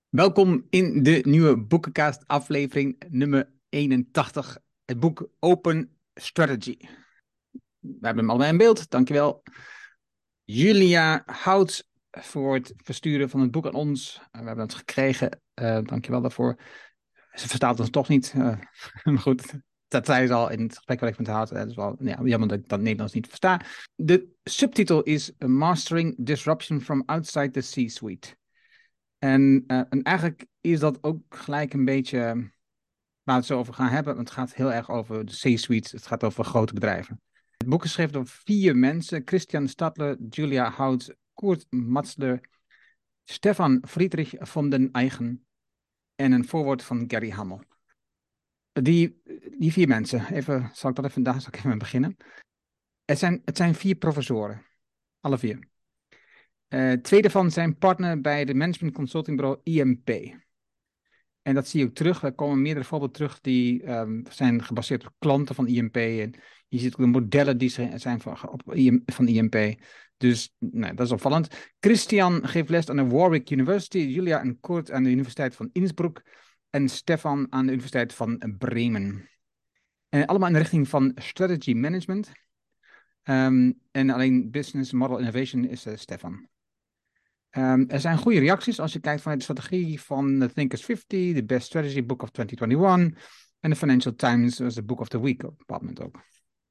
Welkom in de nieuwe Boekencast aflevering nummer 81. Het boek Open Strategy. We hebben hem allebei in beeld, dankjewel. Julia Houts voor het versturen van het boek aan ons. We hebben het gekregen, dankjewel daarvoor. Ze verstaat ons toch niet, maar goed, dat zei ze al in het gesprek waar ik met haar had. Dat is wel jammer dat ik dat Nederlands niet versta. De subtitel is Mastering Disruption from Outside the C-Suite. En eigenlijk is dat ook gelijk een beetje waar we het zo over gaan hebben. Want het gaat heel erg over de C-suite. Het gaat over grote bedrijven. Het boek is geschreven door 4 mensen. Christian Stadler, Julia Houts, Koert Matzler, Stefan Friedrich von den Eichen en een voorwoord van Gary Hamel. Die 4 mensen, zal ik even mee beginnen. Het zijn 4 professoren, alle 4. 2 daarvan zijn partner bij de management consultingbureau IMP. En dat zie je ook terug. Er komen meerdere voorbeelden terug die zijn gebaseerd op klanten van IMP. En je ziet ook de modellen die zijn van IMP. Dus dat is opvallend. Christian geeft les aan de Warwick University. Julia en Kurt aan de Universiteit van Innsbruck. En Stefan aan de Universiteit van Bremen. En allemaal in de richting van strategy management. En alleen business model innovation is Stefan. Er zijn goede reacties als je kijkt vanuit de strategie van The Thinkers 50, de Best Strategy Book of 2021 en de Financial Times was de Book of the Week op een bepaald moment ook.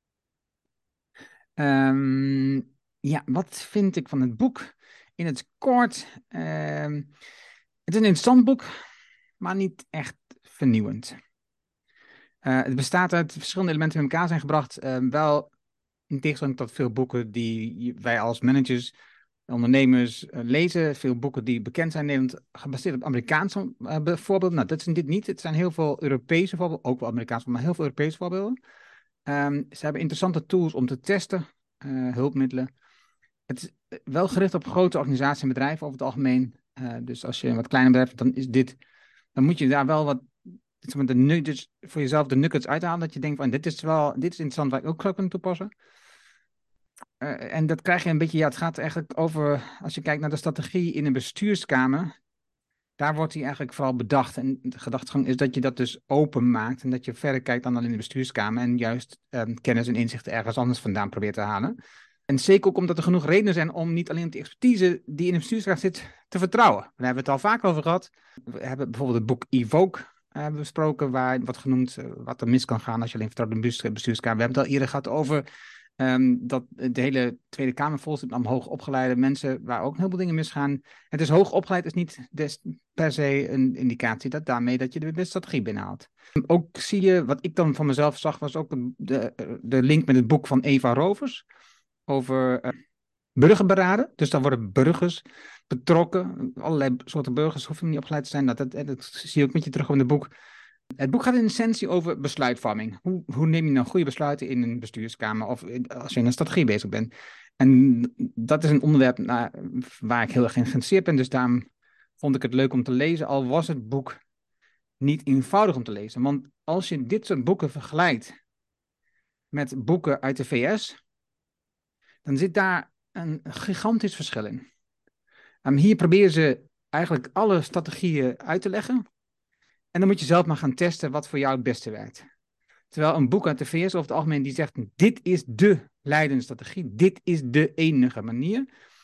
Wat vind ik van het boek? In het kort, het is een interessant boek, maar niet echt vernieuwend. Het bestaat uit verschillende elementen in elkaar zijn gebracht, wel in tegenstelling tot veel boeken die wij als managers ondernemers lezen, veel boeken die bekend zijn in Nederland, gebaseerd op Amerikaanse voorbeelden. Nou, dat is dit niet. Het zijn heel veel Europese voorbeelden, ook wel Amerikaanse, maar heel veel Europese voorbeelden. Ze hebben interessante tools om te testen, hulpmiddelen. Het is wel gericht op grote organisaties en bedrijven over het algemeen. Dus als je een wat kleiner bedrijf hebt, dan moet je daar wel wat dus voor jezelf de nuggets uithalen, dat je denkt van dit is interessant waar ik ook zou kunnen toepassen. En dat krijg je een beetje, het gaat eigenlijk over, als je kijkt naar de strategie in een bestuurskamer, daar wordt die eigenlijk vooral bedacht. En de gedachtegang is dat je dat dus open maakt en dat je verder kijkt dan alleen in de bestuurskamer en juist kennis en inzichten ergens anders vandaan probeert te halen. En zeker ook omdat er genoeg redenen zijn om niet alleen op die expertise die in de bestuurskamer zit te vertrouwen. Daar hebben we het al vaak over gehad. We hebben bijvoorbeeld het boek Evoke besproken, waar wordt genoemd wat er mis kan gaan als je alleen vertrouwt in de bestuurskamer. We hebben het al eerder gehad over dat de hele Tweede Kamer vol zit met hoog opgeleide mensen waar ook heel veel dingen misgaan. Het is hoog opgeleid is niet per se een indicatie dat je de beste strategie binnenhaalt. Ook zie je, wat ik dan van mezelf zag, was ook de link met het boek van Eva Rovers over burgerberaden. Dus dan worden burgers betrokken. Allerlei soorten burgers hoeven niet opgeleid te zijn. Dat zie je ook met je terug in het boek. Het boek gaat in essentie over besluitvorming. Hoe neem je nou goede besluiten in een bestuurskamer of als je in een strategie bezig bent? En dat is een onderwerp waar ik heel erg geïnteresseerd ben. Dus daarom vond ik het leuk om te lezen, al was het boek niet eenvoudig om te lezen. Want als je dit soort boeken vergelijkt met boeken uit de VS, dan zit daar een gigantisch verschil in. Hier proberen ze eigenlijk alle strategieën uit te leggen. En dan moet je zelf maar gaan testen wat voor jou het beste werkt. Terwijl een boek uit de VS over het algemeen die zegt, dit is de leidende strategie, dit is de enige manier.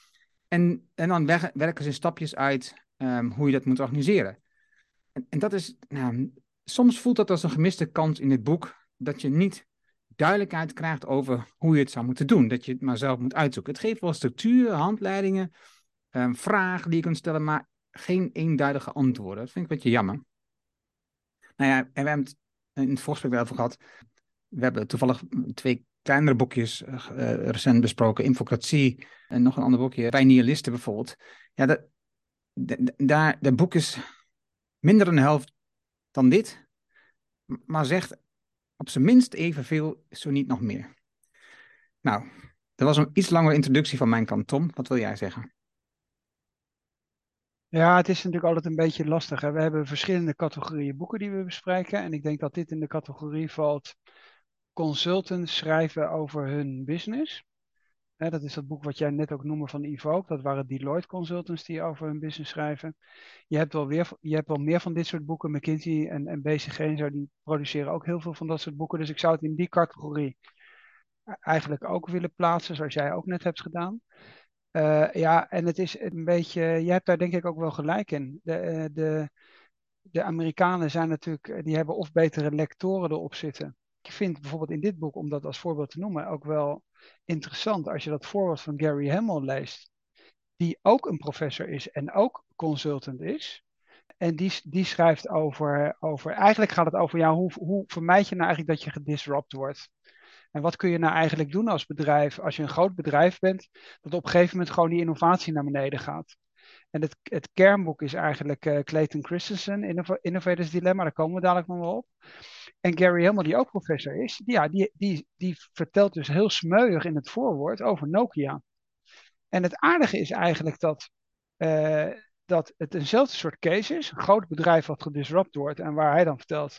En dan werken ze in stapjes uit hoe je dat moet organiseren. En dat is, soms voelt dat als een gemiste kans in dit boek, dat je niet duidelijkheid krijgt over hoe je het zou moeten doen. Dat je het maar zelf moet uitzoeken. Het geeft wel structuur, handleidingen, vragen die je kunt stellen, maar geen eenduidige antwoorden. Dat vind ik een beetje jammer. Nou ja, en we hebben het in het voorgesprek daarover gehad. We hebben toevallig 2 kleinere boekjes recent besproken. Infocratie en nog een ander boekje. Bij Nihilisten bijvoorbeeld. Ja, dat boek is minder dan de helft dan dit. Maar zegt op zijn minst evenveel, zo niet nog meer. Nou, dat was een iets langere introductie van mijn kant. Tom, wat wil jij zeggen? Ja, het is natuurlijk altijd een beetje lastig, hè. We hebben verschillende categorieën boeken die we bespreken. En ik denk dat dit in de categorie valt consultants schrijven over hun business. Dat is dat boek wat jij net ook noemde van Evoke. Dat waren Deloitte consultants die over hun business schrijven. Je hebt wel meer van dit soort boeken. McKinsey en BCG en zo, die produceren ook heel veel van dat soort boeken. Dus ik zou het in die categorie eigenlijk ook willen plaatsen, zoals jij ook net hebt gedaan. Ja, en het is een beetje, je hebt daar denk ik ook wel gelijk in. De Amerikanen zijn natuurlijk, die hebben of betere lectoren erop zitten. Ik vind bijvoorbeeld in dit boek, om dat als voorbeeld te noemen, ook wel interessant als je dat voorbeeld van Gary Hamel leest, die ook een professor is en ook consultant is. En die schrijft over, eigenlijk gaat het over, ja, hoe vermijd je nou eigenlijk dat je gedisrupt wordt? En wat kun je nou eigenlijk doen als bedrijf, als je een groot bedrijf bent, dat op een gegeven moment gewoon die innovatie naar beneden gaat? En het kernboek is eigenlijk Clayton Christensen, Innovators Dilemma, daar komen we dadelijk nog wel op. En Gary Hamel, die ook professor is, die vertelt dus heel smeuig in het voorwoord over Nokia. En het aardige is eigenlijk eh, dat het eenzelfde soort case is. Een groot bedrijf wat gedisrupt wordt en waar hij dan vertelt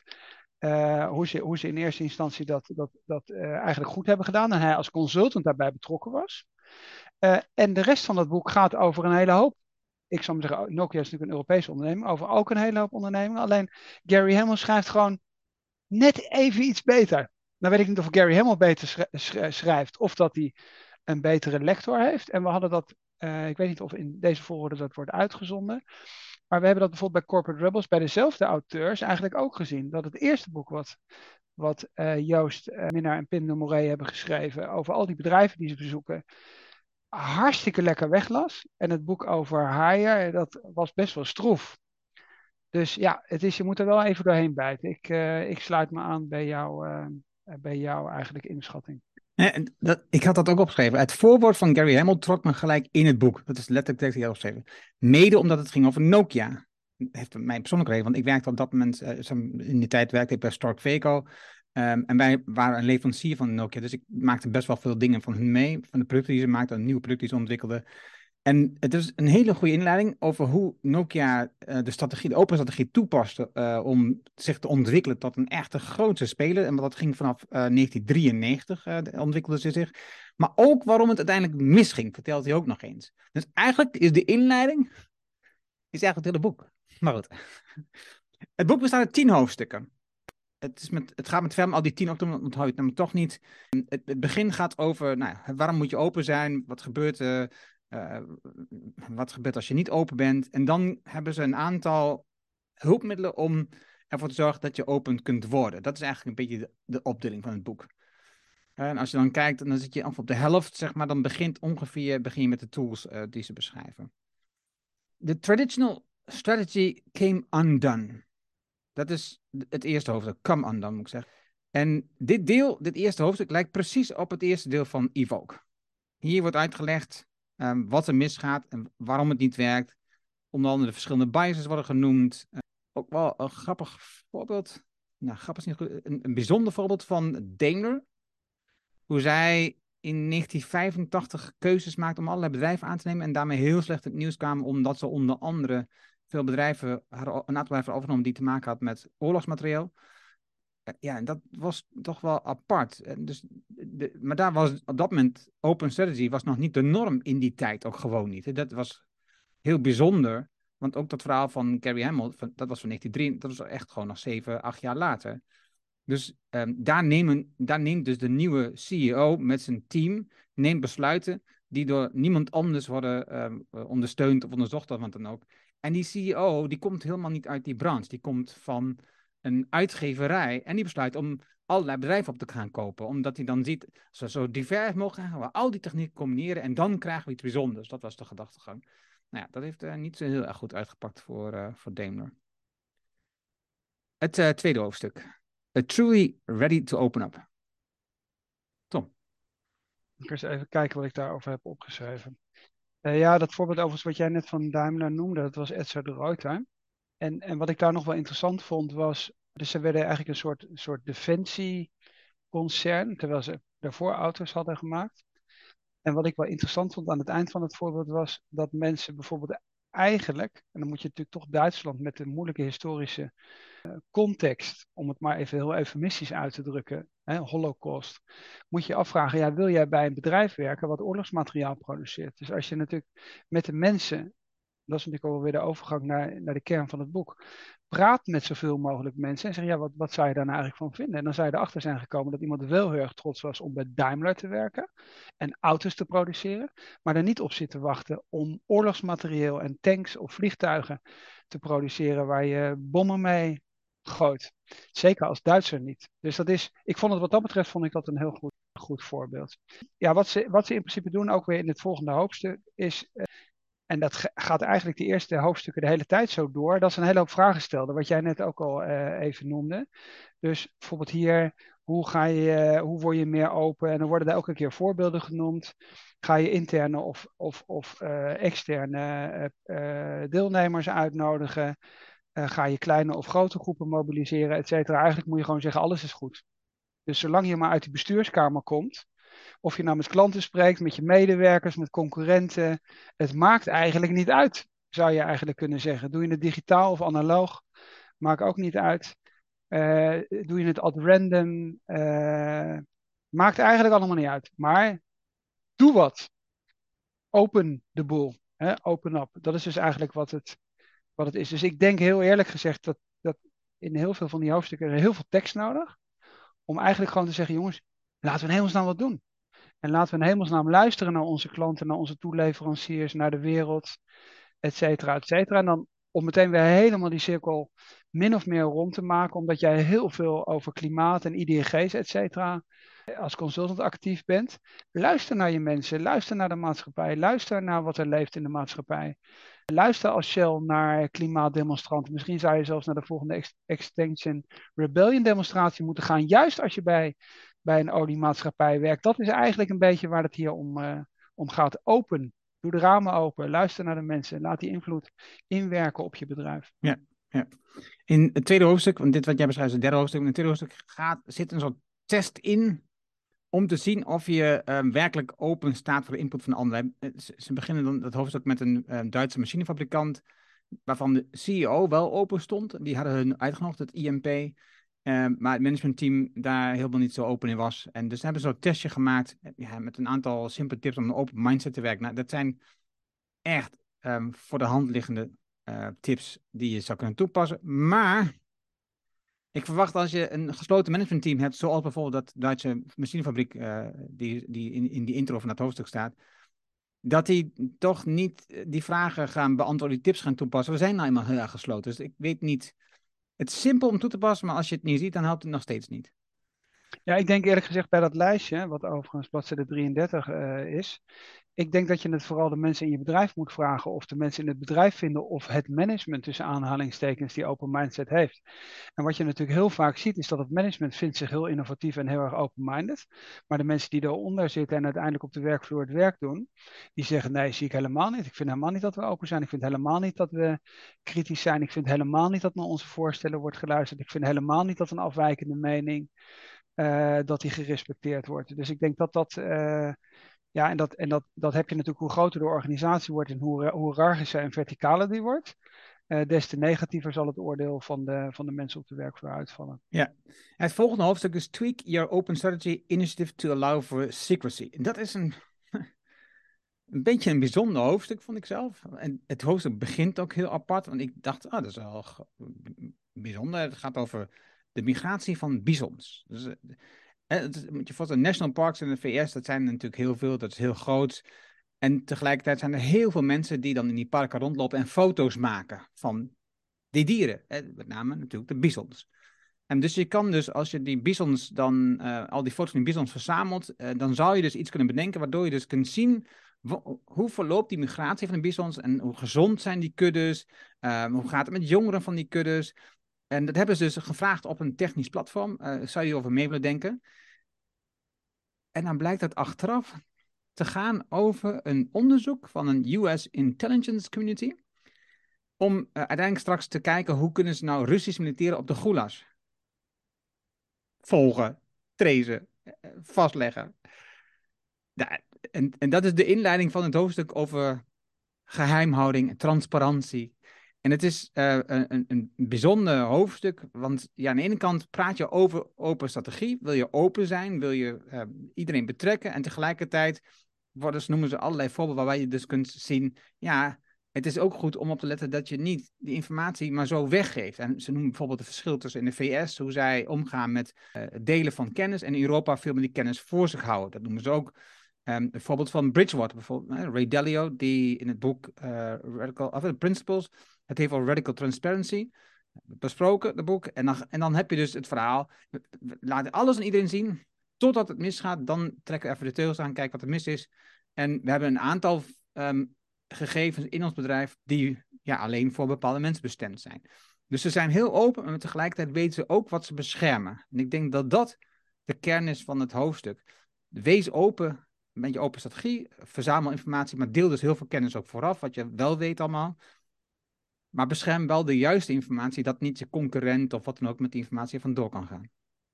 hoe ze in eerste instantie dat eigenlijk goed hebben gedaan. En hij als consultant daarbij betrokken was. En de rest van het boek gaat over een hele hoop. Ik zou maar zeggen, Nokia is natuurlijk een Europese onderneming, over ook een hele hoop ondernemingen. Alleen Gary Hamel schrijft gewoon net even iets beter. Nou weet ik niet of Gary Hamel beter schrijft of dat hij een betere lector heeft. En we hadden dat, ik weet niet of in deze volgorde dat wordt uitgezonden. Maar we hebben dat bijvoorbeeld bij Corporate Rebels bij dezelfde auteurs eigenlijk ook gezien. Dat het eerste boek wat Joost Minnaar en Pim de Moree hebben geschreven over al die bedrijven die ze bezoeken, hartstikke lekker weglas. En het boek over Hire, dat was best wel stroef. Dus ja, je moet er wel even doorheen bijten. Ik sluit me aan bij jouw eigenlijk inschatting. Ik had dat ook opgeschreven. Het voorwoord van Gary Hamel trok me gelijk in het boek. Dat is letterlijk tekst die hij opgeschreven. Mede omdat het ging over Nokia. Dat heeft mij persoonlijk reden, want ik werkte op dat moment, in die tijd werkte ik bij Stork-Veco. En wij waren een leverancier van Nokia, dus ik maakte best wel veel dingen van hun mee, van de producten die ze maakten, nieuwe producten die ze ontwikkelden. En het is een hele goede inleiding over hoe Nokia de open strategie toepaste om zich te ontwikkelen tot een echte grootste speler. En dat ging vanaf 1993, ontwikkelde ze zich. Maar ook waarom het uiteindelijk misging, vertelt hij ook nog eens. Dus eigenlijk is de inleiding eigenlijk het hele boek. Maar goed. Het boek bestaat uit 10 hoofdstukken. Het gaat met ver, al die 10 ook, onthoud je het namelijk toch niet. Het begin gaat over, nou, waarom moet je open zijn? Wat gebeurt er? Wat gebeurt als je niet open bent? En dan hebben ze een aantal hulpmiddelen om ervoor te zorgen dat je open kunt worden. Dat is eigenlijk een beetje de opdeling van het boek. En als je dan kijkt, dan zit je op de helft, zeg maar, dan begin je met de tools die ze beschrijven. The traditional strategy came undone. Dat is het eerste hoofdstuk, come undone moet ik zeggen. En dit eerste hoofdstuk lijkt precies op het eerste deel van Evoke. Hier wordt uitgelegd wat er misgaat en waarom het niet werkt. Onder andere de verschillende biases worden genoemd. Ook wel een grappig voorbeeld. Nou, grappig is niet goed. Een bijzonder voorbeeld van Daimler. Hoe zij in 1985 keuzes maakten om allerlei bedrijven aan te nemen. En daarmee heel slecht in het nieuws kwamen. Omdat ze onder andere veel bedrijven, een aantal bedrijven overgenomen die te maken had met oorlogsmateriaal. Ja, en dat was toch wel apart. Maar daar was op dat moment, open strategy was nog niet de norm in die tijd, ook gewoon niet. Hè. Dat was heel bijzonder, want ook dat verhaal van Gary Hamel, dat was van 1903, dat was echt gewoon nog 7, 8 jaar later. Dus daar neemt dus de nieuwe CEO met zijn team, neemt besluiten die door niemand anders worden ondersteund of onderzocht of wat dan ook. En die CEO, die komt helemaal niet uit die branche, die komt van een uitgeverij en die besluit om allerlei bedrijven op te gaan kopen. Omdat hij dan ziet, als we zo divers mogelijk gaan we al die technieken combineren en dan krijgen we iets bijzonders. Dat was de gedachtegang. Nou ja, dat heeft niet zo heel erg goed uitgepakt voor Daimler. Het tweede hoofdstuk. Truly ready to open up. Tom. Ik ga eens even kijken wat ik daarover heb opgeschreven. Ja, dat voorbeeld overigens wat jij net van Daimler noemde, dat was Edzo de Ruiter. En wat ik daar nog wel interessant vond was, dus ze werden eigenlijk een soort defensieconcern, terwijl ze daarvoor auto's hadden gemaakt. En wat ik wel interessant vond aan het eind van het voorbeeld was dat mensen bijvoorbeeld eigenlijk, en dan moet je natuurlijk toch Duitsland met een moeilijke historische context, om het maar even heel eufemistisch uit te drukken, hè, Holocaust, moet je je afvragen, ja, wil jij bij een bedrijf werken wat oorlogsmateriaal produceert? Dus als je natuurlijk met de mensen, dat is natuurlijk ook weer de overgang naar de kern van het boek, praat met zoveel mogelijk mensen en zeg, ja, wat zou je daar nou eigenlijk van vinden? En dan zou je erachter zijn gekomen dat iemand wel heel erg trots was om bij Daimler te werken en auto's te produceren, maar er niet op zit te wachten om oorlogsmaterieel en tanks of vliegtuigen te produceren waar je bommen mee gooit. Zeker als Duitser niet. Dus ik vond het wat dat betreft vond ik dat een heel goed voorbeeld. Ja, wat ze in principe doen, ook weer in het volgende hoofdstuk, is, en dat gaat eigenlijk de eerste hoofdstukken de hele tijd zo door, dat ze een hele hoop vragen stelden, wat jij net ook al even noemde. Dus bijvoorbeeld hier, hoe word je meer open? En dan worden daar elke keer voorbeelden genoemd. Ga je interne of externe deelnemers uitnodigen? Ga je kleine of grote groepen mobiliseren, et cetera. Eigenlijk moet je gewoon zeggen, alles is goed. Dus zolang je maar uit die bestuurskamer komt, of je nou met klanten spreekt, met je medewerkers, met concurrenten, het maakt eigenlijk niet uit, zou je eigenlijk kunnen zeggen. Doe je het digitaal of analoog, maakt ook niet uit. Doe je het at random, maakt eigenlijk allemaal niet uit. Maar doe wat. Open de boel. Hè? Open up. Dat is dus eigenlijk wat het is. Dus ik denk heel eerlijk gezegd dat in heel veel van die hoofdstukken er heel veel tekst nodig. Om eigenlijk gewoon te zeggen, jongens, laten we in hemelsnaam wat doen. En laten we in hemelsnaam luisteren naar onze klanten, naar onze toeleveranciers, naar de wereld, et cetera, et cetera. En dan om meteen weer helemaal die cirkel min of meer rond te maken, omdat jij heel veel over klimaat en IDG's, et cetera, als consultant actief bent. Luister naar je mensen, luister naar de maatschappij, luister naar wat er leeft in de maatschappij. Luister als Shell naar klimaatdemonstranten. Misschien zou je zelfs naar de volgende Extinction Rebellion demonstratie moeten gaan. Juist als je bij een oliemaatschappij werkt. Dat is eigenlijk een beetje waar het hier om gaat. Open. Doe de ramen open. Luister naar de mensen. Laat die invloed inwerken op je bedrijf. Ja, ja. In het tweede hoofdstuk, want dit wat jij beschrijft is het derde hoofdstuk. In het tweede hoofdstuk zit een soort test in om te zien of je werkelijk open staat voor de input van anderen. Ze beginnen dan het hoofdstuk met een Duitse machinefabrikant, waarvan de CEO wel open stond. Die hadden hun uitgenodigd, het IMP. Maar het managementteam daar helemaal niet zo open in was. En dus hebben ze zo'n testje gemaakt met een aantal simpele tips om een open mindset te werken. Nou, dat zijn echt voor de hand liggende tips die je zou kunnen toepassen. Maar ik verwacht als je een gesloten managementteam hebt, zoals bijvoorbeeld dat Duitse machinefabriek die in die intro van dat hoofdstuk staat, dat die toch niet die vragen gaan beantwoorden, die tips gaan toepassen. We zijn nou eenmaal heel erg gesloten. Dus ik weet niet. Het is simpel om toe te passen, maar als je het niet ziet, dan helpt het nog steeds niet. Ja, ik denk eerlijk gezegd bij dat lijstje, wat overigens bladzijde 33 is. Ik denk dat je het vooral de mensen in je bedrijf moet vragen of de mensen in het bedrijf vinden of het management tussen aanhalingstekens die open mindset heeft. En wat je natuurlijk heel vaak ziet is dat het management vindt zich heel innovatief en heel erg open-minded. Maar de mensen die eronder zitten en uiteindelijk op de werkvloer het werk doen, die zeggen nee, zie ik helemaal niet. Ik vind helemaal niet dat we open zijn. Ik vind helemaal niet dat we kritisch zijn. Ik vind helemaal niet dat naar onze voorstellen wordt geluisterd. Ik vind helemaal niet dat een afwijkende mening dat die gerespecteerd wordt. Dus ik denk ja, en dat heb je natuurlijk hoe groter de organisatie wordt en hoe hiërarchischer en verticaler die wordt. Des te negatiever zal het oordeel van de mensen op de werkvloer uitvallen. Ja, het volgende hoofdstuk is Tweak Your Open Strategy Initiative to Allow for Secrecy. En dat is een beetje een bijzonder hoofdstuk, vond ik zelf. En het hoofdstuk begint ook heel apart, want ik dacht, dat is wel bijzonder. Het gaat over de migratie van bisons. Dus, moet je voorstellen, national parks in de VS, dat zijn natuurlijk heel veel, dat is heel groot. En tegelijkertijd zijn er heel veel mensen die dan in die parken rondlopen en foto's maken van die dieren. Met name natuurlijk de bisons. En dus je kan dus, als je die bisons dan, al die foto's van die bisons verzamelt, dan zou je dus iets kunnen bedenken waardoor je dus kunt zien hoe verloopt die migratie van de bisons en hoe gezond zijn die kuddes, hoe gaat het met jongeren van die kuddes. En dat hebben ze dus gevraagd op een technisch platform. Zou je over mee willen denken? En dan blijkt dat achteraf te gaan over een onderzoek van een US Intelligence Community. Om uiteindelijk straks te kijken hoe kunnen ze nou Russische militairen op de Gulag volgen, trezen, vastleggen. Ja, en dat is de inleiding van het hoofdstuk over geheimhouding, transparantie. En het is een bijzonder hoofdstuk, want ja, aan de ene kant praat je over open strategie, wil je open zijn, wil je iedereen betrekken en tegelijkertijd noemen ze allerlei voorbeelden waarbij je dus kunt zien, ja, het is ook goed om op te letten dat je niet die informatie maar zo weggeeft. En ze noemen bijvoorbeeld het verschil tussen in de VS, hoe zij omgaan met het delen van kennis en in Europa veel meer die kennis voor zich houden. Dat noemen ze ook. Een voorbeeld van Bridgewater, bijvoorbeeld, Ray Dalio, die in het boek Principles, het heeft over radical transparency, besproken, het boek. En dan heb je dus het verhaal, we laten alles en iedereen zien, totdat het misgaat, dan trekken we even de teugels aan, kijken wat er mis is. En we hebben een aantal gegevens in ons bedrijf die ja, alleen voor bepaalde mensen bestemd zijn. Dus ze zijn heel open, maar tegelijkertijd weten ze ook wat ze beschermen. En ik denk dat dat de kern is van het hoofdstuk. Wees open met je open strategie, verzamel informatie, maar deel dus heel veel kennis ook vooraf, wat je wel weet allemaal. Maar bescherm wel de juiste informatie, dat niet je concurrent of wat dan ook met die informatie vandoor kan gaan.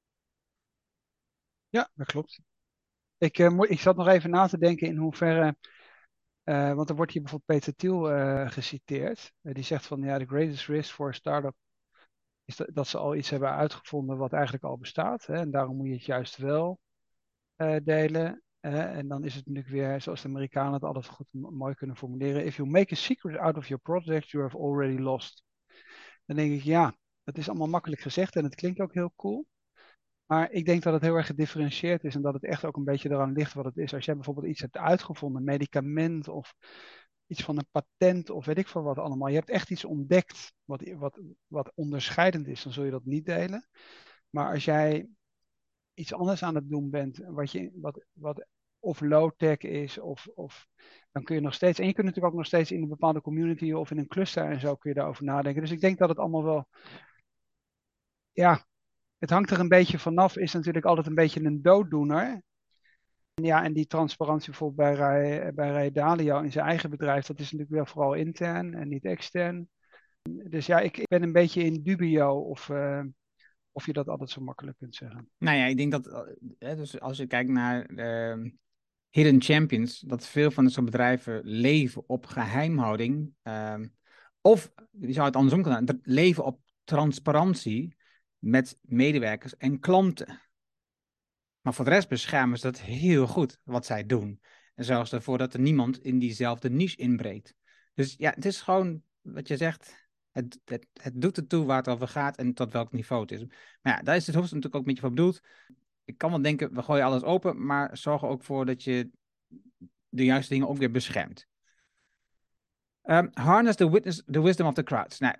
Ja, dat klopt. Ik zat nog even na te denken in hoeverre, want er wordt hier bijvoorbeeld Peter Thiel geciteerd. Die zegt van ja, the greatest risk for a startup is dat ze al iets hebben uitgevonden wat eigenlijk al bestaat. Hè, en daarom moet je het juist wel delen. En dan is het natuurlijk weer, zoals de Amerikanen het altijd goed mooi kunnen formuleren. If you make a secret out of your project, you have already lost. Dan denk ik, ja, dat is allemaal makkelijk gezegd en het klinkt ook heel cool. Maar ik denk dat het heel erg gedifferentieerd is en dat het echt ook een beetje eraan ligt wat het is. Als jij bijvoorbeeld iets hebt uitgevonden, een medicament of iets van een patent of weet ik veel wat allemaal. Je hebt echt iets ontdekt wat onderscheidend is, dan zul je dat niet delen. Maar als jij iets anders aan het doen bent, wat of low-tech is, of dan kun je nog steeds, en je kunt natuurlijk ook nog steeds in een bepaalde community of in een cluster en zo kun je daarover nadenken. Dus ik denk dat het allemaal wel, ja, het hangt er een beetje vanaf, is natuurlijk altijd een beetje een dooddoener. Ja, en die transparantie bijvoorbeeld bij Ray Dalio in zijn eigen bedrijf, dat is natuurlijk wel vooral intern en niet extern. Dus ja, ik ben een beetje in dubio of je dat altijd zo makkelijk kunt zeggen. Nou ja, ik denk dat, dus als je kijkt naar Hidden Champions, dat veel van dit soort bedrijven leven op geheimhouding. Of, je zou het andersom kunnen doen, leven op transparantie met medewerkers en klanten. Maar voor de rest beschermen ze dat heel goed, wat zij doen. En zorgen ervoor dat er niemand in diezelfde niche inbreekt. Dus ja, het is gewoon, wat je zegt, het doet ertoe waar het over gaat en tot welk niveau het is. Maar ja, daar is het hoofdstuk natuurlijk ook een beetje voor bedoeld. Ik kan wel denken, we gooien alles open, maar zorg er ook voor dat je de juiste dingen ook weer beschermt. Harness the wisdom of the crowds. Nou,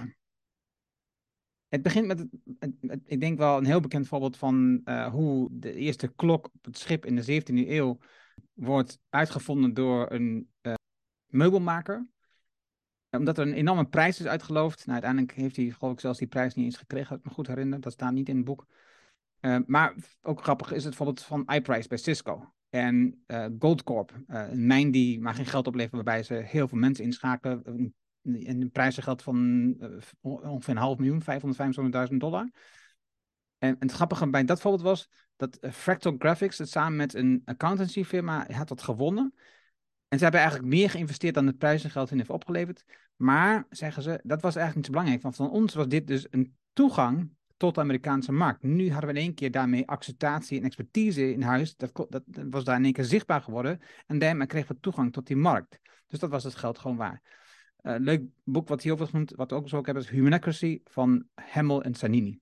het begint met, ik denk wel een heel bekend voorbeeld van hoe de eerste klok op het schip in de 17e eeuw wordt uitgevonden door een meubelmaker. Omdat er een enorme prijs is uitgeloofd. Nou, uiteindelijk heeft hij, geloof ik, zelfs die prijs niet eens gekregen, als ik me goed herinner. Dat staat niet in het boek. Maar ook grappig is het voorbeeld van iPrice bij Cisco. En Goldcorp, een mijn die maar geen geld oplevert, waarbij ze heel veel mensen inschakelen. En een prijzengeld van ongeveer $500.000, $525.000. En het grappige bij dat voorbeeld was dat Fractal Graphics het samen met een accountancyfirma had dat gewonnen. En ze hebben eigenlijk meer geïnvesteerd dan het prijzengeld hun heeft opgeleverd. Maar, zeggen ze, dat was eigenlijk niet zo belangrijk. Want van ons was dit dus een toegang tot de Amerikaanse markt. Nu hadden we in één keer daarmee acceptatie en expertise in huis. Dat was daar in één keer zichtbaar geworden. En daarmee kregen we toegang tot die markt. Dus dat was het geld gewoon waar. Leuk boek wat hier over is genoemd, wat we ook zo ook hebben, is Humanocracy van Hamill en Zanini.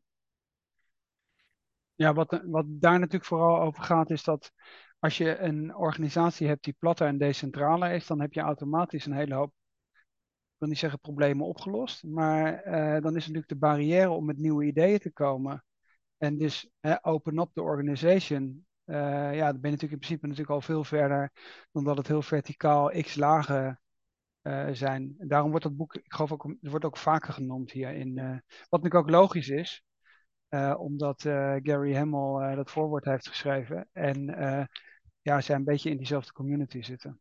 Ja, wat daar natuurlijk vooral over gaat, is dat als je een organisatie hebt die platter en decentraler is, dan heb je automatisch een hele hoop, ik wil niet zeggen problemen opgelost, maar dan is natuurlijk de barrière om met nieuwe ideeën te komen. En dus open up the organization. Ja, dan ben je natuurlijk in principe natuurlijk al veel verder dan dat het heel verticaal x lagen zijn. En daarom wordt dat boek, ik geloof ook, het wordt ook vaker genoemd hier in, wat natuurlijk ook logisch is. Omdat Gary Hamel dat voorwoord heeft geschreven. En ja, zij een beetje in diezelfde community zitten.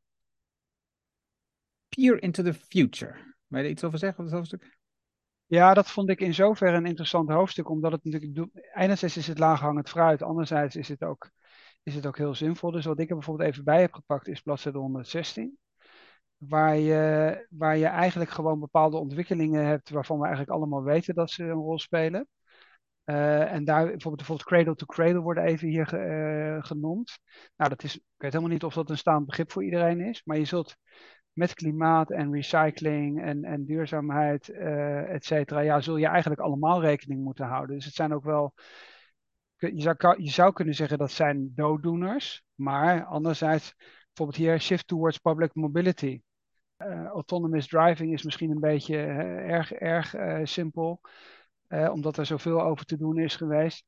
Peer into the future. Wil je er iets over zeggen, over dat hoofdstuk? Ja, dat vond ik in zoverre een interessant hoofdstuk. Omdat het natuurlijk, enerzijds is het laaghangend fruit. Anderzijds is het ook heel zinvol. Dus wat ik er bijvoorbeeld even bij heb gepakt is bladzijde 116. waar je eigenlijk gewoon bepaalde ontwikkelingen hebt waarvan we eigenlijk allemaal weten dat ze een rol spelen. En daar bijvoorbeeld cradle to cradle worden even hier genoemd. Nou, ik weet helemaal niet of dat een staand begrip voor iedereen is, maar je zult met klimaat en recycling en duurzaamheid, et cetera, ja, zul je eigenlijk allemaal rekening moeten houden. Dus het zijn ook wel, je zou kunnen zeggen dat zijn dooddoeners, maar anderzijds, bijvoorbeeld hier, shift towards public mobility. Autonomous driving is misschien een beetje erg simpel, omdat er zoveel over te doen is geweest.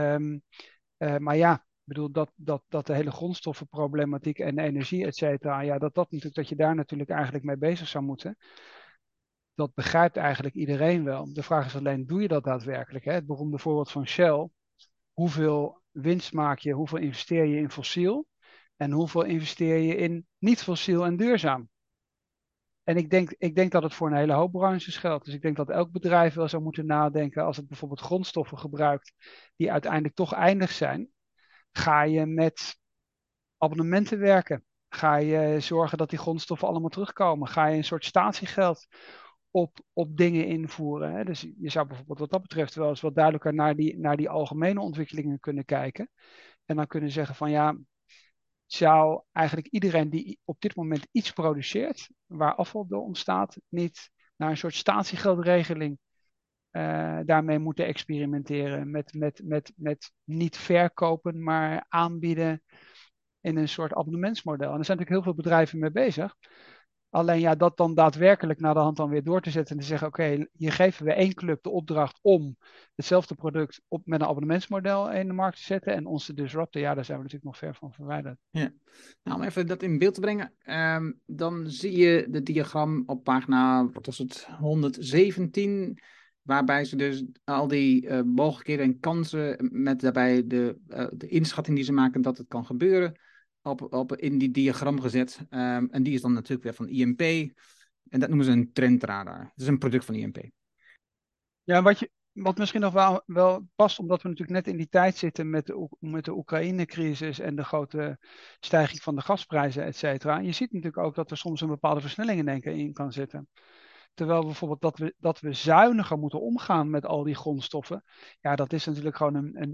Maar ja, ik bedoel dat de hele grondstoffenproblematiek en energie, et cetera, ja, dat je daar natuurlijk eigenlijk mee bezig zou moeten. Dat begrijpt eigenlijk iedereen wel. De vraag is alleen, doe je dat daadwerkelijk? Hè? Het beroemde voorbeeld van Shell. Hoeveel winst maak je, hoeveel investeer je in fossiel en hoeveel investeer je in niet fossiel en duurzaam? En ik denk dat het voor een hele hoop branches geldt. Dus ik denk dat elk bedrijf wel zou moeten nadenken als het bijvoorbeeld grondstoffen gebruikt die uiteindelijk toch eindig zijn. Ga je met abonnementen werken? Ga je zorgen dat die grondstoffen allemaal terugkomen? Ga je een soort statiegeld op dingen invoeren? Hè? Dus je zou bijvoorbeeld wat dat betreft wel eens wat duidelijker naar die algemene ontwikkelingen kunnen kijken. En dan kunnen zeggen van ja, zou eigenlijk iedereen die op dit moment iets produceert, waar afval door ontstaat, niet naar een soort statiegeldregeling daarmee moeten experimenteren. Met niet verkopen, maar aanbieden in een soort abonnementsmodel. En er zijn natuurlijk heel veel bedrijven mee bezig. Alleen ja, dat dan daadwerkelijk naar de hand dan weer door te zetten en te zeggen, oké, hier geven we één club de opdracht om hetzelfde product met een abonnementsmodel in de markt te zetten en ons te disrupten, ja, daar zijn we natuurlijk nog ver van verwijderd. Ja. Nou, om even dat in beeld te brengen, dan zie je het diagram op pagina, wat was het, 117, waarbij ze dus al die mogelijkheden en kansen met daarbij de inschatting die ze maken dat het kan gebeuren, in die diagram gezet. En die is dan natuurlijk weer van IMP. En dat noemen ze een trendradar. Het is een product van IMP. Ja, wat misschien nog wel past, omdat we natuurlijk net in die tijd zitten met de Oekraïne-crisis en de grote stijging van de gasprijzen, et cetera. Je ziet natuurlijk ook dat er soms een bepaalde versnelling in één keer in kan zitten. Terwijl bijvoorbeeld dat we zuiniger moeten omgaan met al die grondstoffen. Ja, dat is natuurlijk gewoon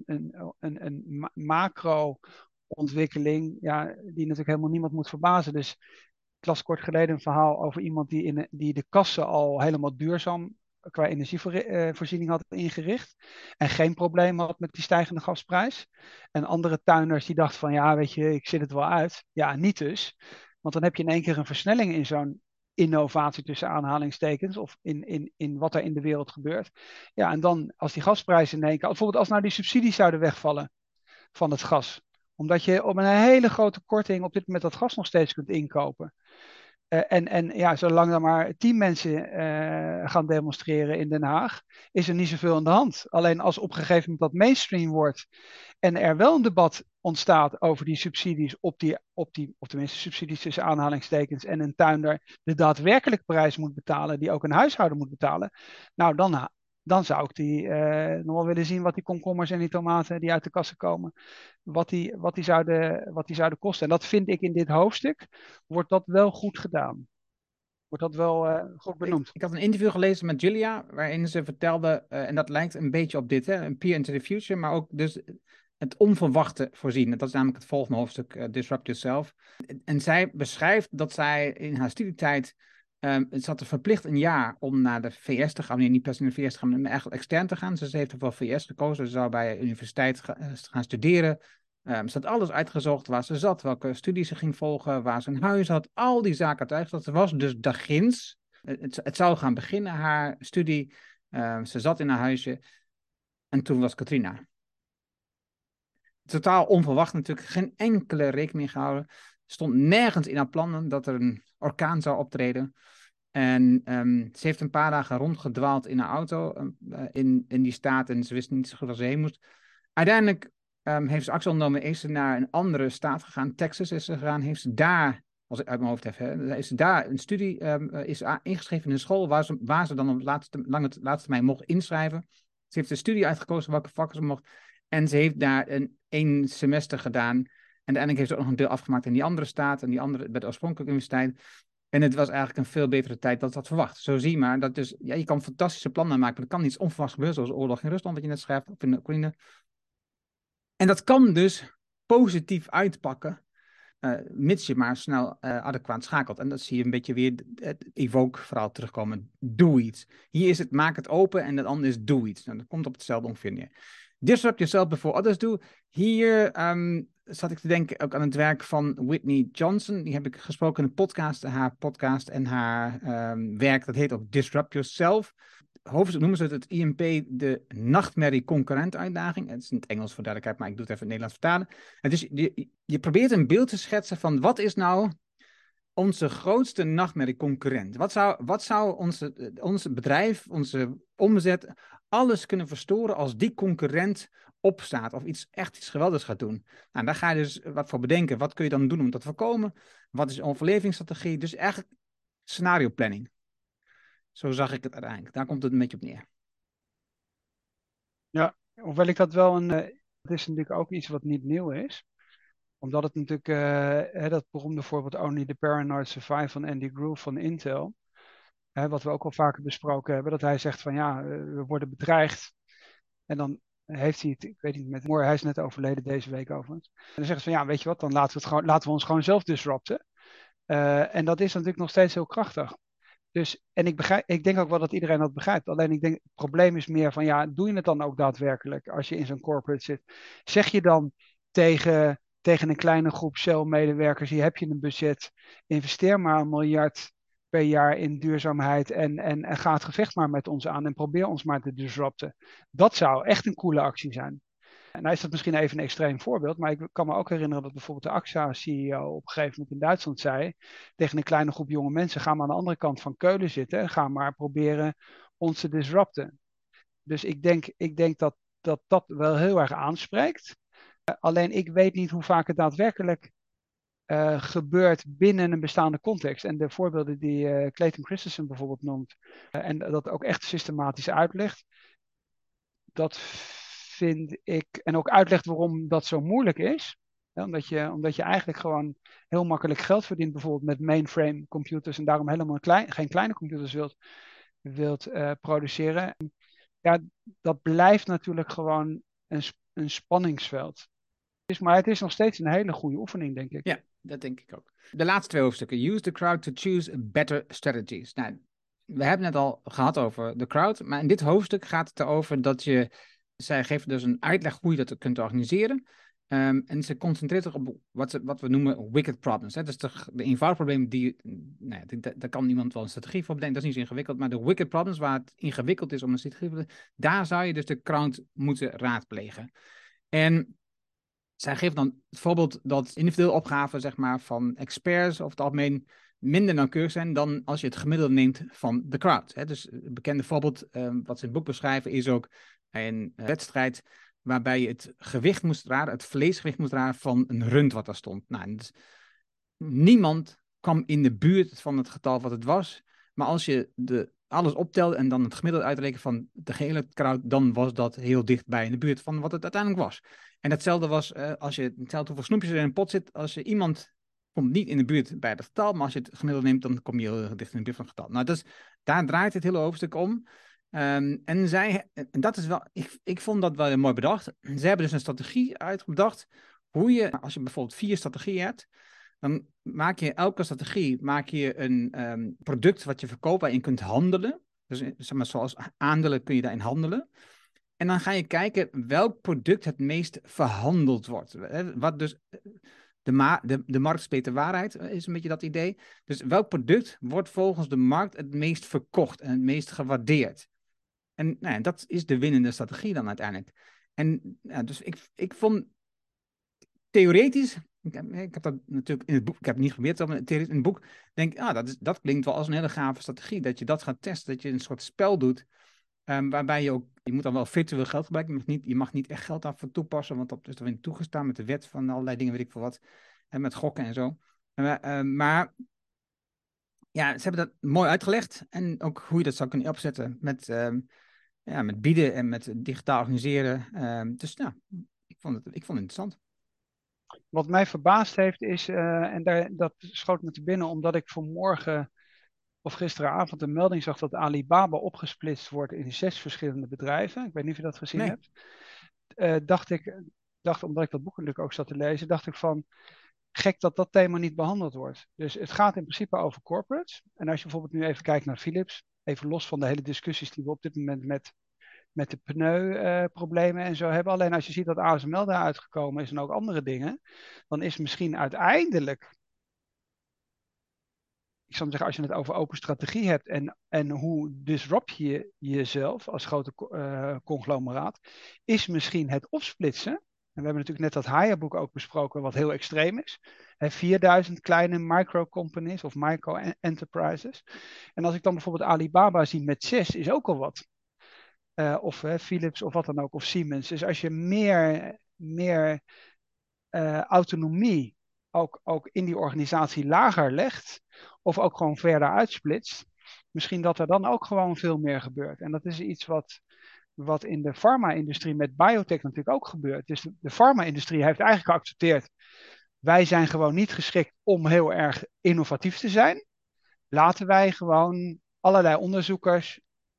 een macro-ontwikkeling, ja, die natuurlijk helemaal niemand moet verbazen. Dus ik las kort geleden een verhaal over iemand die de kassen al helemaal duurzaam qua energievoorziening had ingericht. En geen probleem had met die stijgende gasprijs. En andere tuinders die dachten van ja, weet je, ik zit het wel uit. Ja, niet dus. Want dan heb je in één keer een versnelling in zo'n innovatie tussen aanhalingstekens. Of in wat er in de wereld gebeurt. Ja, en dan als die gasprijzen in één keer. Bijvoorbeeld als nou die subsidies zouden wegvallen van het gas. Omdat je op een hele grote korting op dit moment dat gas nog steeds kunt inkopen. En ja, zolang er maar 10 mensen gaan demonstreren in Den Haag, is er niet zoveel aan de hand. Alleen als op een gegeven moment dat mainstream wordt en er wel een debat ontstaat over die subsidies of tenminste subsidies tussen aanhalingstekens en een tuinder de daadwerkelijke prijs moet betalen, die ook een huishouden moet betalen, nou dan zou ik nog wel willen zien wat die komkommers en die tomaten die uit de kassen komen, wat die zouden kosten. En dat vind ik in dit hoofdstuk, wordt dat wel goed gedaan. Wordt dat wel goed benoemd. Ik had een interview gelezen met Julia, waarin ze vertelde, en dat lijkt een beetje op dit, hè, een peer into the future, maar ook dus het onverwachte voorzien. Dat is namelijk het volgende hoofdstuk, Disrupt Yourself. En zij beschrijft dat zij in haar studietijd, het zat er verplicht een jaar om naar de VS te gaan, nee, niet per se naar de VS te gaan, maar eigenlijk extern te gaan. Dus ze heeft ervoor VS gekozen, ze zou bij de universiteit gaan studeren. Ze had alles uitgezocht waar ze zat, welke studies ze ging volgen, waar ze een huis had, al die zaken uitgezocht. Ze was dus daarginds. Het zou gaan beginnen, haar studie. Ze zat in haar huisje en toen was Katrina. Totaal onverwacht natuurlijk, geen enkele rekening gehouden. Stond nergens in haar plannen dat er een orkaan zou optreden. En ze heeft een paar dagen rondgedwaald in haar auto in die staat en ze wist niet zo goed waar ze heen moest. Uiteindelijk heeft ze actie ondernomen, is ze naar een andere staat gegaan, Texas is ze gegaan, heeft ze daar, als ik uit mijn hoofd heb, is ze daar een studie, is ingeschreven in een school waar ze dan op laatste termijn mocht inschrijven. Ze heeft een studie uitgekozen welke vakken ze mocht en ze heeft daar één semester gedaan. En uiteindelijk heeft ze ook nog een deel afgemaakt in die andere staat en die andere bij de oorspronkelijke universiteit. En het was eigenlijk een veel betere tijd dan dat verwacht. Zo zie je maar, dat dus, ja, je kan fantastische plannen maken, maar er kan iets onverwachts gebeuren, zoals oorlog in Rusland, wat je net schrijft, of in de Oekraïne. En dat kan dus positief uitpakken, mits je maar snel adequaat schakelt. En dat zie je een beetje weer het Evoke-verhaal terugkomen. Doe iets. Hier is het, maak het open en het andere is doe iets. Nou, dat komt op hetzelfde ongeveer neer. Disrupt yourself before others do. Hier zat ik te denken ook aan het werk van Whitney Johnson. Die heb ik gesproken in een podcast. Haar podcast en haar werk, dat heet ook Disrupt Yourself. Hoofdstuk noemen ze het IMP, de nachtmerrie-concurrent-uitdaging. Het is in het Engels voor duidelijkheid, maar ik doe het even in het Nederlands vertalen. Het is, je probeert een beeld te schetsen van wat is nou onze grootste nachtmerrie-concurrent? Wat zou onze bedrijf, onze omzet, alles kunnen verstoren als die concurrent opstaat of echt iets geweldigs gaat doen? Nou, daar ga je dus wat voor bedenken. Wat kun je dan doen om dat te voorkomen? Wat is een overlevingsstrategie? Dus eigenlijk scenario planning. Zo zag ik het uiteindelijk. Daar komt het een beetje op neer. Ja, hoewel ik dat wel het is natuurlijk ook iets wat niet nieuw is. Omdat het natuurlijk, dat beroemde voorbeeld Only the Paranoid Survive van Andy Grove van Intel. Wat we ook al vaker besproken hebben, dat hij zegt van ja, we worden bedreigd. En dan heeft hij het, ik weet niet, hij is net overleden deze week overigens. En dan zeggen ze van ja, weet je wat, dan laten we ons gewoon zelf disrupten. En dat is natuurlijk nog steeds heel krachtig. Dus, en ik denk ook wel dat iedereen dat begrijpt. Alleen ik denk, het probleem is meer van, ja, doe je het dan ook daadwerkelijk als je in zo'n corporate zit? Zeg je dan tegen een kleine groep Shell-medewerkers, hier heb je een budget, investeer maar 1 miljard per jaar in duurzaamheid en ga het gevecht maar met ons aan en probeer ons maar te disrupten. Dat zou echt een coole actie zijn. En nou is dat misschien even een extreem voorbeeld, maar ik kan me ook herinneren dat bijvoorbeeld de AXA-CEO op een gegeven moment in Duitsland zei tegen een kleine groep jonge mensen, ga maar aan de andere kant van Keulen zitten en ga maar proberen ons te disrupten. Dus ik denk dat wel heel erg aanspreekt. Alleen ik weet niet hoe vaak het daadwerkelijk gebeurt binnen een bestaande context. En de voorbeelden die Clayton Christensen bijvoorbeeld noemt, en dat ook echt systematisch uitlegt, dat vind ik, en ook uitlegt waarom dat zo moeilijk is. Ja, omdat je eigenlijk gewoon heel makkelijk geld verdient, bijvoorbeeld met mainframe computers, en daarom helemaal geen kleine computers wilt produceren. Ja, dat blijft natuurlijk gewoon een spanningsveld. Maar het is nog steeds een hele goede oefening, denk ik. Ja, dat denk ik ook. De laatste 2 hoofdstukken. Use the crowd to choose better strategies. Nou, we hebben het al gehad over de crowd, maar in dit hoofdstuk gaat het erover dat zij geven dus een uitleg hoe je dat kunt organiseren. En ze concentreert zich op wat we noemen wicked problems. Hè? Dus de eenvoudige problemen nou ja, daar kan iemand wel een strategie voor bedenken, dat is niet zo ingewikkeld, maar de wicked problems waar het ingewikkeld is om een strategie te bedenken, daar zou je dus de crowd moeten raadplegen. En zij geeft dan het voorbeeld dat individuele opgaven, zeg maar, van experts over het algemeen minder nauwkeurig zijn dan als je het gemiddelde neemt van de crowd. Hè. Dus een bekende voorbeeld, wat ze in het boek beschrijven, is ook een wedstrijd waarbij je het gewicht moest dragen, het vleesgewicht moest dragen van een rund wat daar stond. Nou, dus niemand kwam in de buurt van het getal wat het was, maar als je alles optelde en dan het gemiddelde uitrekenen van de gehele crowd, dan was dat heel dichtbij in de buurt van wat het uiteindelijk was. En hetzelfde was als je telt hoeveel snoepjes er in een pot zit. Als je iemand komt niet in de buurt bij het getal, maar als je het gemiddelde neemt, dan kom je heel dicht in de buurt van het getal. Nou, dus daar draait het hele hoofdstuk om. En dat is wel, ik vond dat wel mooi bedacht. Ze hebben dus een strategie uitgedacht. Hoe je, als je bijvoorbeeld 4 strategieën hebt, dan maak je elke strategie een product wat je verkoopt waarin je kunt handelen. Dus zeg maar, zoals aandelen kun je daarin handelen. En dan ga je kijken welk product het meest verhandeld wordt. Wat dus de markt spreekt de waarheid, is een beetje dat idee. Dus welk product wordt volgens de markt het meest verkocht en het meest gewaardeerd? En nou ja, dat is de winnende strategie dan uiteindelijk. En ja, dus ik vond theoretisch, ik heb dat natuurlijk in het boek, ik heb het niet geprobeerd, maar theoretisch in het boek denk ik, dat klinkt wel als een hele gave strategie. Dat je dat gaat testen, dat je een soort spel doet. Waarbij je moet dan wel virtueel geld gebruiken. Je mag niet echt geld daarvoor toepassen, want dat is dan weer toegestaan met de wet van allerlei dingen, weet ik veel wat. En met gokken en zo. Maar ja, ze hebben dat mooi uitgelegd. En ook hoe je dat zou kunnen opzetten met bieden en met digitaal organiseren. Dus nou, ik vond het interessant. Wat mij verbaasd heeft is, dat schoot me te binnen omdat ik vanmorgen of gisteravond een melding zag dat Alibaba opgesplitst wordt in 6 verschillende bedrijven. Ik weet niet of je dat gezien Nee. hebt. Dacht ik, omdat ik dat boek natuurlijk ook zat te lezen, dacht ik van gek dat dat thema niet behandeld wordt. Dus het gaat in principe over corporates. En als je bijvoorbeeld nu even kijkt naar Philips, even los van de hele discussies die we op dit moment met de pneuproblemen en zo hebben. Alleen als je ziet dat ASML daar uitgekomen is en ook andere dingen, dan is misschien uiteindelijk, ik zou maar zeggen, als je het over open strategie hebt en hoe disrupt je jezelf als grote conglomeraat, is misschien het opsplitsen. En we hebben natuurlijk net dat Haya-boek ook besproken, wat heel extreem is. 4000 kleine micro-companies of micro-enterprises. En als ik dan bijvoorbeeld Alibaba zie met 6, is ook al wat. Of Philips of wat dan ook, of Siemens. Dus als je meer autonomie ook in die organisatie lager legt, of ook gewoon verder uitsplitst, misschien dat er dan ook gewoon veel meer gebeurt. En dat is iets wat in de farma-industrie met biotech natuurlijk ook gebeurt. Dus de farma-industrie heeft eigenlijk geaccepteerd, wij zijn gewoon niet geschikt om heel erg innovatief te zijn. Laten wij gewoon allerlei onderzoekers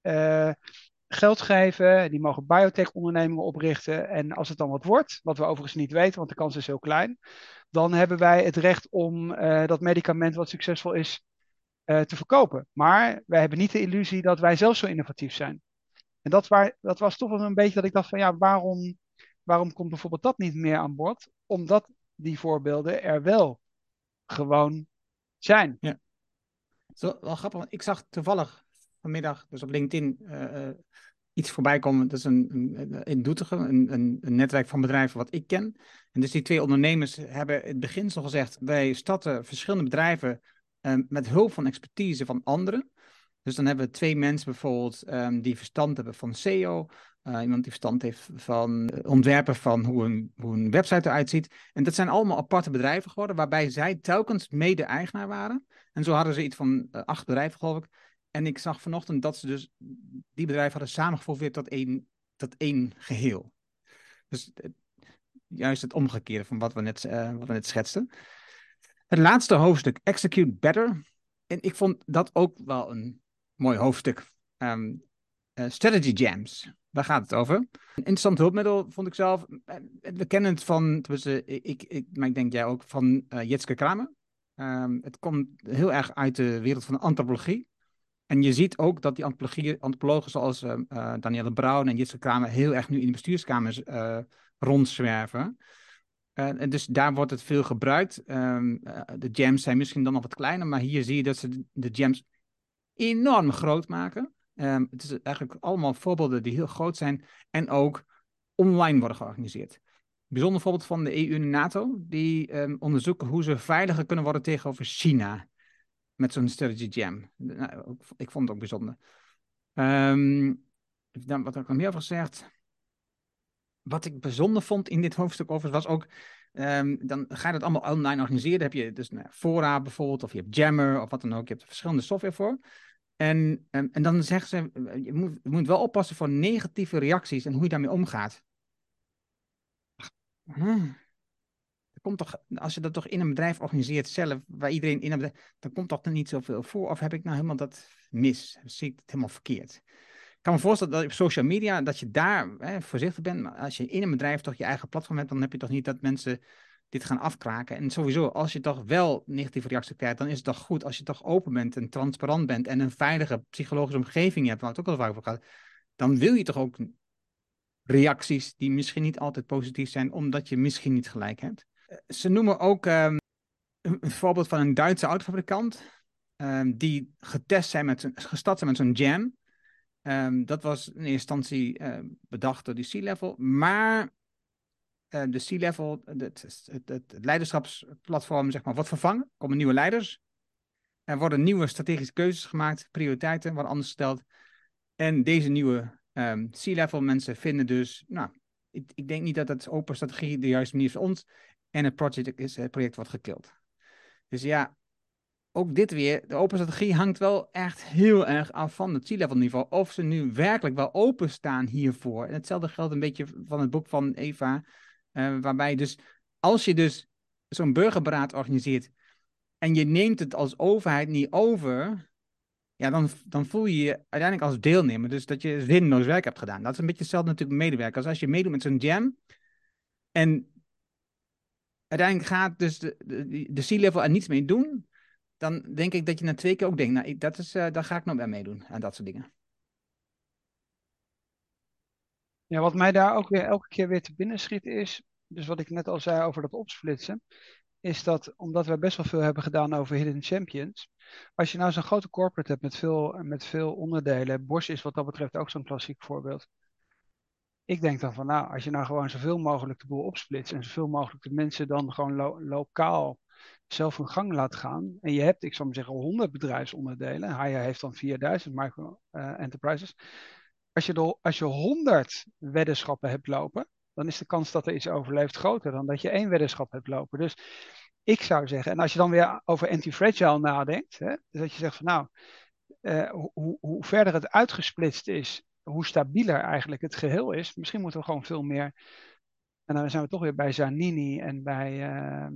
geld geven. Die mogen biotech-ondernemingen oprichten. En als het dan wat wordt, wat we overigens niet weten, want de kans is heel klein, dan hebben wij het recht om dat medicament wat succesvol is te verkopen. Maar wij hebben niet de illusie dat wij zelf zo innovatief zijn. En dat was toch wel een beetje dat ik dacht van ja, waarom komt bijvoorbeeld dat niet meer aan boord? Omdat die voorbeelden er wel gewoon zijn. Ja. Zo, wel grappig, want ik zag toevallig vanmiddag dus op LinkedIn iets voorbij komen. Dat is in Doetinchem, een netwerk van bedrijven wat ik ken. En dus die 2 ondernemers hebben in het begin zo gezegd, wij starten verschillende bedrijven met hulp van expertise van anderen. Dus dan hebben we 2 mensen bijvoorbeeld die verstand hebben van SEO. Iemand die verstand heeft van ontwerpen van hoe een website eruit ziet. En dat zijn allemaal aparte bedrijven geworden, waarbij zij telkens mede-eigenaar waren. En zo hadden ze iets van 8 bedrijven, geloof ik. En ik zag vanochtend dat ze dus die bedrijven hadden samengevoegd weer tot één geheel. Dus juist het omgekeerde van wat we net schetsten. Het laatste hoofdstuk, Execute Better. En ik vond dat ook wel een mooi hoofdstuk. Strategy Jams. Daar gaat het over. Een interessant hulpmiddel vond ik zelf. We kennen het van, maar ik denk jij ook, van Jitske Kramer. Het komt heel erg uit de wereld van de antropologie. En je ziet ook dat die antropologen zoals Danielle Brown en Jitske Kramer heel erg nu in de bestuurskamers rondzwerven. En dus daar wordt het veel gebruikt. De jams zijn misschien dan nog wat kleiner, maar hier zie je dat ze de jams enorm groot maken. Het is eigenlijk allemaal voorbeelden die heel groot zijn en ook online worden georganiseerd. Een bijzonder voorbeeld van de EU en de NATO, die onderzoeken hoe ze veiliger kunnen worden tegenover China met zo'n strategy jam. Nou, ik vond het ook bijzonder. Wat heb ik nog meer over gezegd? Wat ik bijzonder vond in dit hoofdstuk overigens was ook, dan ga je dat allemaal online organiseren. Dan heb je dus Fora bijvoorbeeld, of je hebt Jammer, of wat dan ook. Je hebt er verschillende software voor. En dan zeggen ze, je moet wel oppassen voor negatieve reacties en hoe je daarmee omgaat. Komt toch, als je dat toch in een bedrijf organiseert zelf, waar iedereen in een bedrijf, dan komt toch er niet zoveel voor? Of heb ik nou helemaal dat mis? Zie ik het helemaal verkeerd? Ik kan me voorstellen dat op social media, dat je daar voorzichtig bent. Maar als je in een bedrijf toch je eigen platform hebt, dan heb je toch niet dat mensen dit gaan afkraken. En sowieso, als je toch wel negatieve reacties krijgt, dan is het toch goed als je toch open bent en transparant bent en een veilige psychologische omgeving hebt, waar het ook al vaak over gaat. Dan wil je toch ook reacties die misschien niet altijd positief zijn, omdat je misschien niet gelijk hebt. Ze noemen ook een voorbeeld van een Duitse autofabrikant die gestart zijn met zo'n jam. Dat was in eerste instantie bedacht door die C-level, maar de C-level, het leiderschapsplatform, zeg maar, wordt vervangen. Er komen nieuwe leiders. Er worden nieuwe strategische keuzes gemaakt, prioriteiten worden anders gesteld. En deze nieuwe C-level mensen vinden dus, nou, ik denk niet dat het open strategie de juiste manier is voor ons. En het project wordt gekild. Dus ja, ook dit weer, de open strategie hangt wel echt heel erg af van het C-level niveau. Of ze nu werkelijk wel openstaan hiervoor. En hetzelfde geldt een beetje van het boek van Eva. Waarbij dus als je dus zo'n burgerberaad organiseert en je neemt het als overheid niet over, ja, dan voel je je uiteindelijk als deelnemer dus dat je zinloos werk hebt gedaan. Dat is een beetje hetzelfde natuurlijk met medewerkers. Als je meedoet met zo'n jam en uiteindelijk gaat dus de C-level er niets mee doen, dan denk ik dat je na 2 keer ook denkt, nou, daar ga ik nog bij meedoen aan dat soort dingen. Ja, wat mij daar ook weer elke keer weer te binnen schiet is, dus wat ik net al zei over dat opsplitsen, is dat omdat wij best wel veel hebben gedaan over hidden champions, als je nou zo'n grote corporate hebt met veel onderdelen, Bosch is wat dat betreft ook zo'n klassiek voorbeeld. Ik denk dan van nou, als je nou gewoon zoveel mogelijk de boel opsplitst en zoveel mogelijk de mensen dan gewoon lokaal zelf hun gang laat gaan. En je hebt, ik zou maar zeggen, 100 bedrijfsonderdelen. Haya heeft dan 4000 micro enterprises. Als je 100 weddenschappen hebt lopen, dan is de kans dat er iets overleeft groter dan dat je 1 weddenschap hebt lopen. Dus ik zou zeggen, en als je dan weer over anti-fragile nadenkt, hè, dus dat je zegt van nou, hoe verder het uitgesplitst is, hoe stabieler eigenlijk het geheel is. Misschien moeten we gewoon veel meer, en dan zijn we toch weer bij Zanini en bij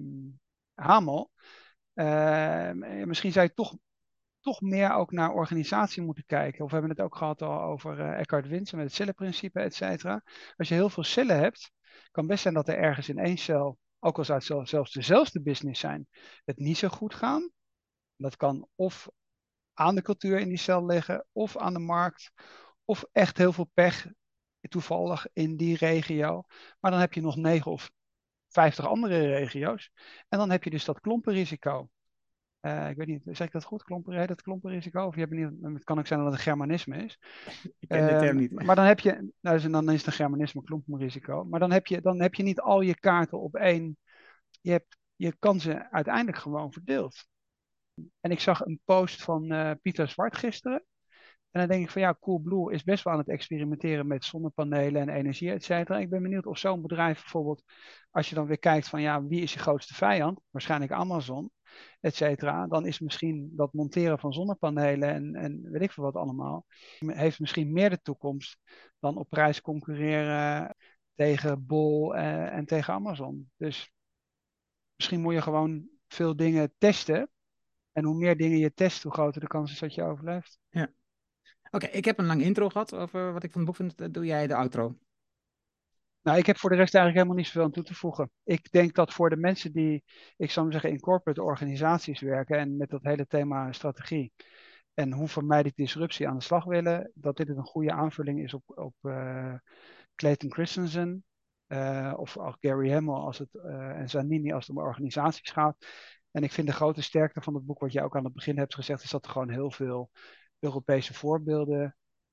Hamel. Misschien zou je toch meer ook naar organisatie moeten kijken. Of we hebben het ook gehad al over Eckhart Winsen met het cellenprincipe, et cetera. Als je heel veel cellen hebt, kan best zijn dat er ergens in één cel, ook al zou het zelfs dezelfde business zijn, het niet zo goed gaan. Dat kan of aan de cultuur in die cel liggen, of aan de markt, of echt heel veel pech toevallig in die regio. Maar dan heb je nog 9 of 50 andere regio's. En dan heb je dus dat klompenrisico. Ik weet niet, zeg ik dat goed? Heet dat klompenrisico? Of je hebt niet, het kan ook zijn dat het een Germanisme is. Ik ken de term niet. Maar dan heb je, nou, dan is het een Germanisme, klompenrisico. Maar dan heb je niet al je kaarten op één. Je hebt je kansen uiteindelijk gewoon verdeeld. En ik zag een post van Pieter Zwart gisteren. En dan denk ik van ja, Coolblue is best wel aan het experimenteren met zonnepanelen en energie, et cetera. Ik ben benieuwd of zo'n bedrijf bijvoorbeeld, als je dan weer kijkt van ja, wie is je grootste vijand? Waarschijnlijk Amazon, et cetera. Dan is misschien dat monteren van zonnepanelen en weet ik veel wat allemaal, heeft misschien meer de toekomst dan op prijs concurreren tegen Bol en tegen Amazon. Dus misschien moet je gewoon veel dingen testen. En hoe meer dingen je test, hoe groter de kans is dat je overleeft. Ja. Oké, ik heb een lang intro gehad over wat ik van het boek vind. Doe jij de outro? Nou, ik heb voor de rest eigenlijk helemaal niet zoveel aan toe te voegen. Ik denk dat voor de mensen die, ik zou maar zeggen, in corporate organisaties werken en met dat hele thema strategie en hoe vermijd ik disruptie aan de slag willen, dat dit een goede aanvulling is op Clayton Christensen of ook Gary Hamel en Zanini als het om organisaties gaat. En ik vind de grote sterkte van het boek, wat jij ook aan het begin hebt gezegd, is dat er gewoon heel veel Europese voorbeelden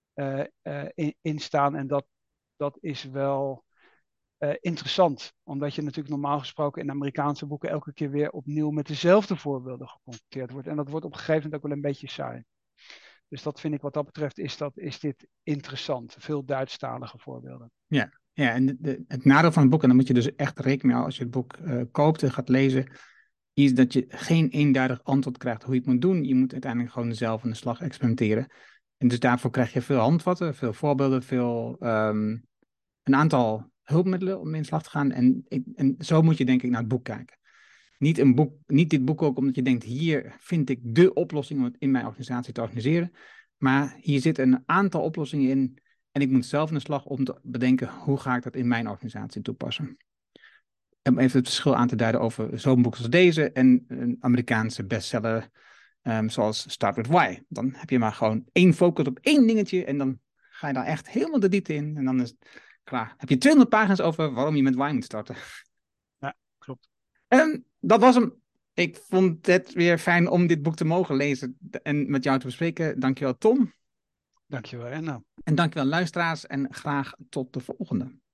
in staan. En dat is wel interessant, omdat je natuurlijk normaal gesproken in Amerikaanse boeken elke keer weer opnieuw met dezelfde voorbeelden geconfronteerd wordt. En dat wordt op een gegeven moment ook wel een beetje saai. Dus dat vind ik wat dat betreft, is dit interessant. Veel Duitsstalige voorbeelden. Ja, ja, en het nadeel van het boek, en dan moet je dus echt rekening mee houden als je het boek koopt en gaat lezen, is dat je geen eenduidig antwoord krijgt hoe je het moet doen. Je moet uiteindelijk gewoon zelf aan de slag experimenteren. En dus daarvoor krijg je veel handvatten, veel voorbeelden, een aantal hulpmiddelen om in slag te gaan. En zo moet je denk ik naar het boek kijken. Niet dit boek ook omdat je denkt, hier vind ik de oplossing om het in mijn organisatie te organiseren. Maar hier zitten een aantal oplossingen in. En ik moet zelf aan de slag om te bedenken, hoe ga ik dat in mijn organisatie toepassen? Om even het verschil aan te duiden over zo'n boek als deze en een Amerikaanse bestseller zoals Start With Why. Dan heb je maar gewoon één focus op één dingetje en dan ga je daar echt helemaal de diepte in. En dan is het klaar. Heb je 200 pagina's over waarom je met Why moet starten. Ja, klopt. Dat was hem. Ik vond het weer fijn om dit boek te mogen lezen en met jou te bespreken. Dankjewel Tom. Dankjewel, Enno. En dankjewel luisteraars en graag tot de volgende.